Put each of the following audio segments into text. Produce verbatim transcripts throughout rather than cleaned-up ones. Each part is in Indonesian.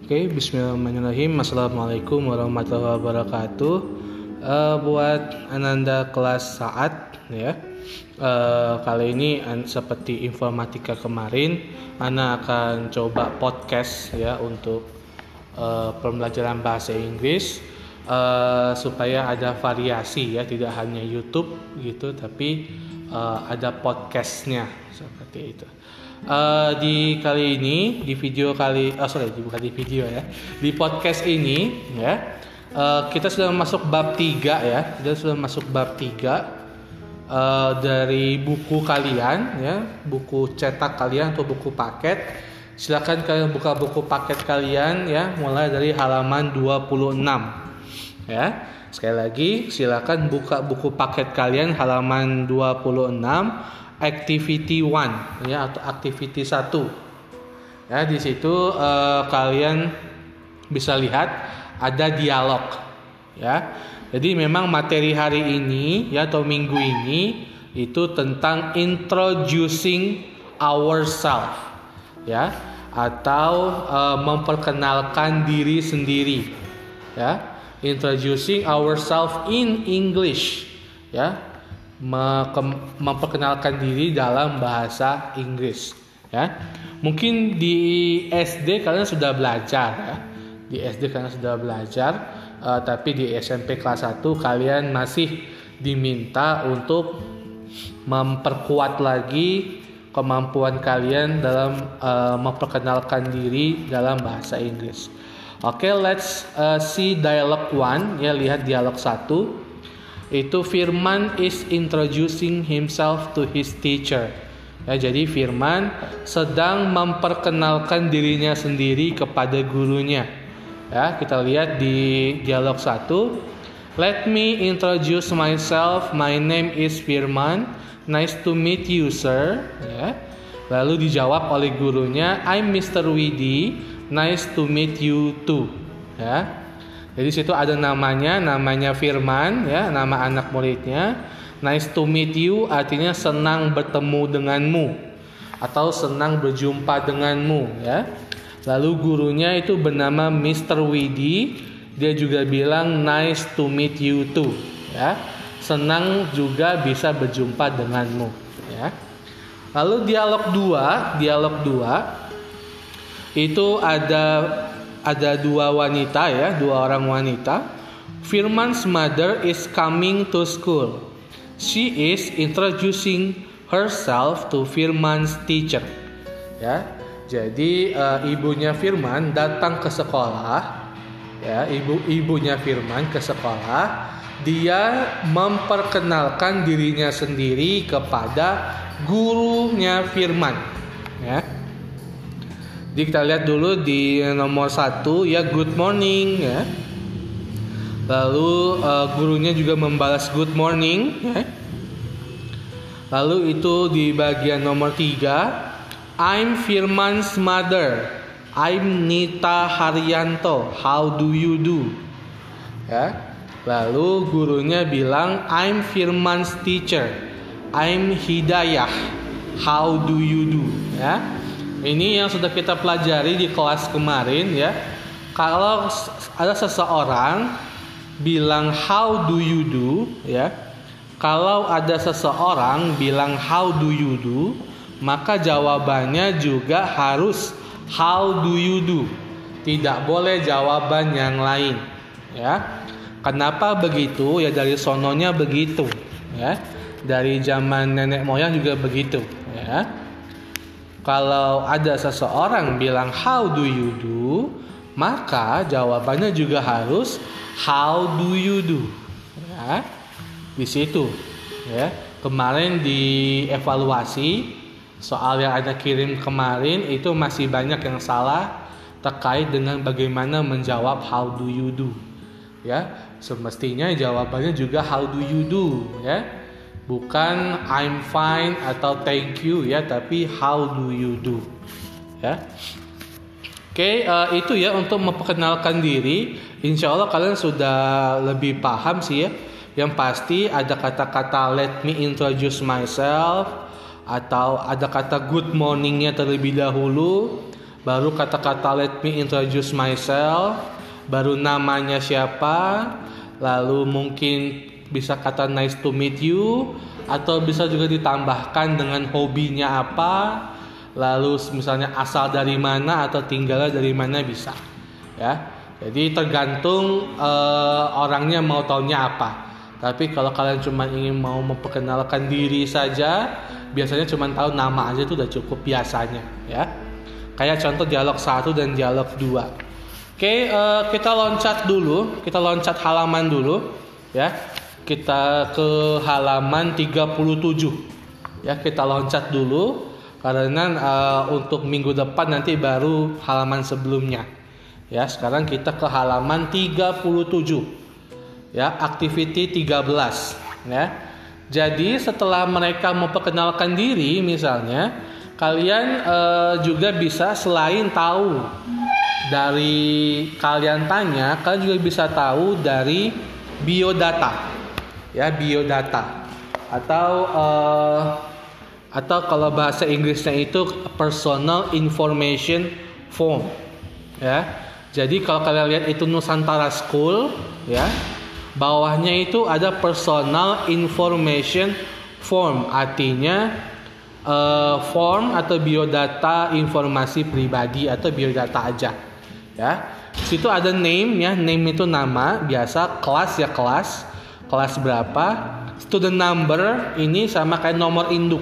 Oke, bismillahirrahmanirrahim. Assalamualaikum warahmatullahi wabarakatuh. Uh, buat Ananda kelas saat ya. Uh, kali ini an, seperti informatika kemarin, Ana akan coba podcast ya untuk uh, pembelajaran bahasa Inggris uh, supaya ada variasi ya, tidak hanya YouTube gitu, tapi uh, ada podcastnya seperti itu. Uh, di kali ini di video kali oh sorry bukan di video ya di podcast ini ya uh, kita sudah masuk bab tiga ya kita sudah masuk bab tiga uh, dari buku kalian ya buku cetak kalian atau buku paket. Silakan kalian buka buku paket kalian ya mulai dari halaman dua puluh enam ya. Sekali lagi silakan buka buku paket kalian halaman dua puluh enam, activity one ya atau activity satu. Ya, di situ uh, kalian bisa lihat ada dialog ya. Jadi memang materi hari ini ya atau minggu ini itu tentang introducing ourselves ya atau uh, memperkenalkan diri sendiri ya. Introducing ourselves in English ya. Memperkenalkan diri dalam bahasa Inggris ya. Mungkin di S D kalian sudah belajar ya. Di S D kalian sudah belajar uh, tapi di S M P kelas satu kalian masih diminta untuk memperkuat lagi kemampuan kalian dalam uh, memperkenalkan diri dalam bahasa Inggris. Oke, okay, let's uh, see dialog one ya, lihat dialog satu. Itu Firman is introducing himself to his teacher. Ya, jadi Firman sedang memperkenalkan dirinya sendiri kepada gurunya. Ya, kita lihat di dialog satu. Let me introduce myself. My name is Firman. Nice to meet you, sir. Ya. Lalu dijawab oleh gurunya, I'm mister Widi. Nice to meet you too. Ya. Jadi situ ada namanya, namanya Firman ya, nama anak muridnya. Nice to meet you artinya senang bertemu denganmu atau senang berjumpa denganmu ya. Lalu gurunya itu bernama mister Widi, dia juga bilang nice to meet you too ya. Senang juga bisa berjumpa denganmu ya. Lalu dialog dua, dialog dua itu ada Ada dua wanita ya, dua orang wanita. Firman's mother is coming to school. She is introducing herself to Firman's teacher. Ya, jadi uh, ibunya Firman datang ke sekolah. Ya, ibu ibunya Firman ke sekolah. Dia memperkenalkan dirinya sendiri kepada gurunya Firman. Ya. Jadi kita lihat dulu di nomor satu ya, good morning ya. Lalu uh, gurunya juga membalas good morning ya. Lalu itu di bagian nomor tiga, I'm Firman's mother. I'm Nita Haryanto. How do you do? Ya. Lalu gurunya bilang I'm Firman's teacher. I'm Hidayah. How do you do? Ya. Ini yang sudah kita pelajari di kelas kemarin ya. Kalau ada seseorang bilang how do you do ya. Kalau ada seseorang bilang how do you do, maka jawabannya juga harus how do you do. Tidak boleh jawaban yang lain ya. Kenapa begitu? Ya dari sononya begitu ya. Dari zaman nenek moyang juga begitu ya. Kalau ada seseorang bilang how do you do, maka jawabannya juga harus how do you do. Ya, di situ. Ya, kemarin di evaluasi soal yang Anda kirim kemarin itu masih banyak yang salah terkait dengan bagaimana menjawab how do you do. Ya, semestinya jawabannya juga how do you do. Ya. Bukan I'm fine atau thank you ya, tapi how do you do ya. Oke, okay, uh, itu ya untuk memperkenalkan diri. Insya Allah kalian sudah lebih paham sih ya. Yang pasti ada kata-kata let me introduce myself atau ada kata good morningnya terlebih dahulu. baru kata-kata let me introduce myself, baru namanya siapa, lalu mungkin bisa kata nice to meet you, atau bisa juga ditambahkan dengan hobinya apa, lalu misalnya asal dari mana atau tinggalnya dari mana bisa, ya. Jadi tergantung uh, orangnya mau taunya apa. Tapi kalau kalian cuma ingin mau memperkenalkan diri saja, biasanya cuma tahu nama aja itu udah cukup biasanya, ya. Kayak contoh dialog satu dan dialog dua. Oke, uh, kita loncat dulu, kita loncat halaman dulu, ya. Kita ke halaman tiga puluh tujuh. Ya, kita loncat dulu karena uh, untuk minggu depan nanti baru halaman sebelumnya. Ya, sekarang kita ke halaman tiga puluh tujuh. Ya, activity tiga belas, ya. Jadi setelah mereka memperkenalkan diri misalnya, kalian uh, juga bisa selain tahu dari kalian tanya, kalian juga bisa tahu dari biodata. Ya, biodata. Atau uh, atau kalau bahasa Inggrisnya itu personal information form. Ya. Jadi kalau kalian lihat itu Nusantara School, ya, bawahnya itu ada personal information form, artinya uh, form atau biodata informasi pribadi atau biodata aja, ya. Situ ada name, ya, name itu nama biasa, kelas ya kelas, kelas berapa, student number ini sama kayak nomor induk,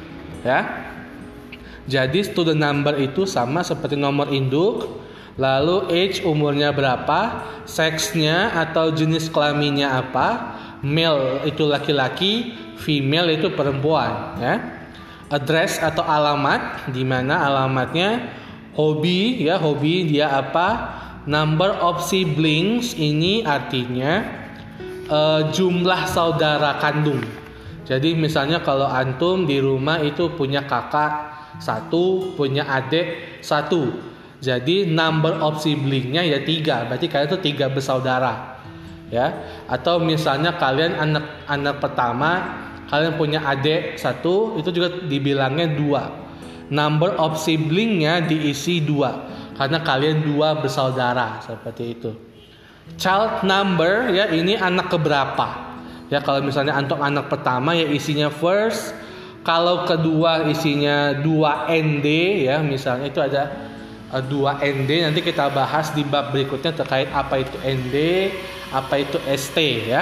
ya. Jadi student number itu sama seperti nomor induk. Lalu age umurnya berapa, seksnya atau jenis kelaminnya apa, male itu laki-laki, female itu perempuan, ya. Address atau alamat, di mana alamatnya, hobi, ya, hobi dia apa, number of siblings ini artinya uh, jumlah saudara kandung. Jadi misalnya kalau antum di rumah itu punya kakak satu, punya adik satu. Jadi number of siblingnya ya tiga, berarti kalian itu tiga bersaudara, ya. Atau misalnya kalian anak anak pertama, kalian punya adik satu, itu juga dibilangnya dua. Number of siblingnya diisi dua, karena kalian dua bersaudara seperti itu. Child number, ya, ini anak keberapa? Ya, kalau misalnya untuk anak pertama ya isinya first, kalau kedua isinya dua N D, ya, misalnya itu ada dua N D, nanti kita bahas di bab berikutnya terkait apa itu N D, apa itu S T, ya.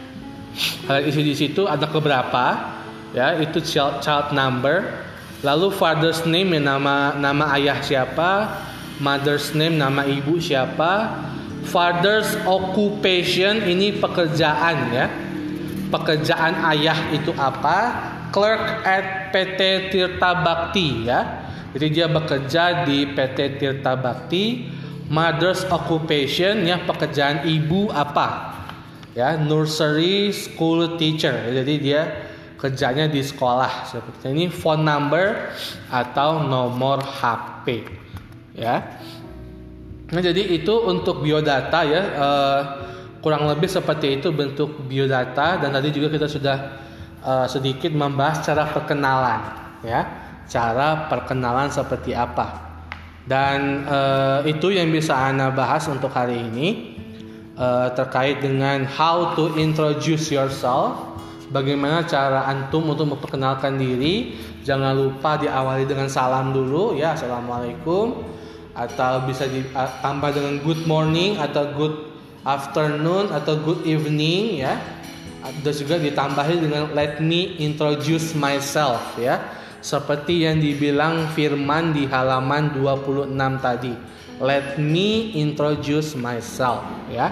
Kalian isi di situ ada keberapa, ya, itu child, child number. Lalu father's name, ya, nama nama ayah siapa, mother's name nama ibu siapa, father's occupation ini pekerjaan, ya. Pekerjaan ayah itu apa? Clerk at P T Tirta Bakti, ya. Jadi dia bekerja di P T Tirta Bakti. Mother's occupation, ya, pekerjaan ibu apa? Ya, nursery school teacher. Jadi dia kerjanya di sekolah seperti ini. Phone number atau nomor H P, ya. Nah, jadi itu untuk biodata, ya. Uh, kurang lebih seperti itu bentuk biodata, dan tadi juga kita sudah uh, sedikit membahas cara perkenalan, ya. Cara perkenalan seperti apa, dan uh, itu yang bisa Ana bahas untuk hari ini, uh, terkait dengan how to introduce yourself, bagaimana cara antum untuk memperkenalkan diri. Jangan lupa diawali dengan salam dulu, ya, assalamualaikum, atau bisa ditambah dengan good morning atau good afternoon atau good evening, ya. Ada juga ditambahin dengan let me introduce myself, ya. Seperti yang dibilang Firman di halaman dua puluh enam tadi. Let me introduce myself, ya.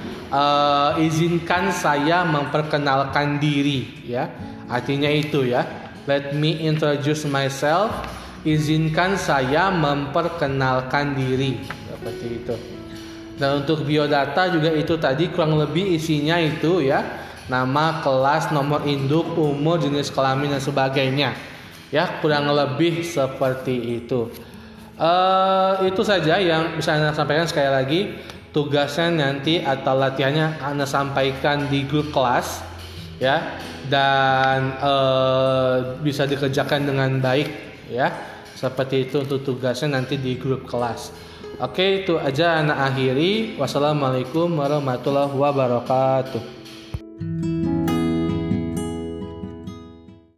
Uh, izinkan saya memperkenalkan diri, ya. Artinya itu, ya. Let me introduce myself. Izinkan saya memperkenalkan diri, seperti itu. Dan untuk biodata juga itu tadi kurang lebih isinya itu, ya. Nama, kelas, nomor induk, umur, jenis kelamin dan sebagainya. Ya, kurang lebih seperti itu. Uh, itu saja yang bisa Anda sampaikan. Sekali lagi, tugasnya nanti atau latihannya Anda sampaikan di grup kelas, ya, dan uh, bisa dikerjakan dengan baik, ya. Seperti itu untuk tugasnya nanti di grup kelas. Oke, itu aja anak akhiri. Wassalamualaikum warahmatullahi wabarakatuh.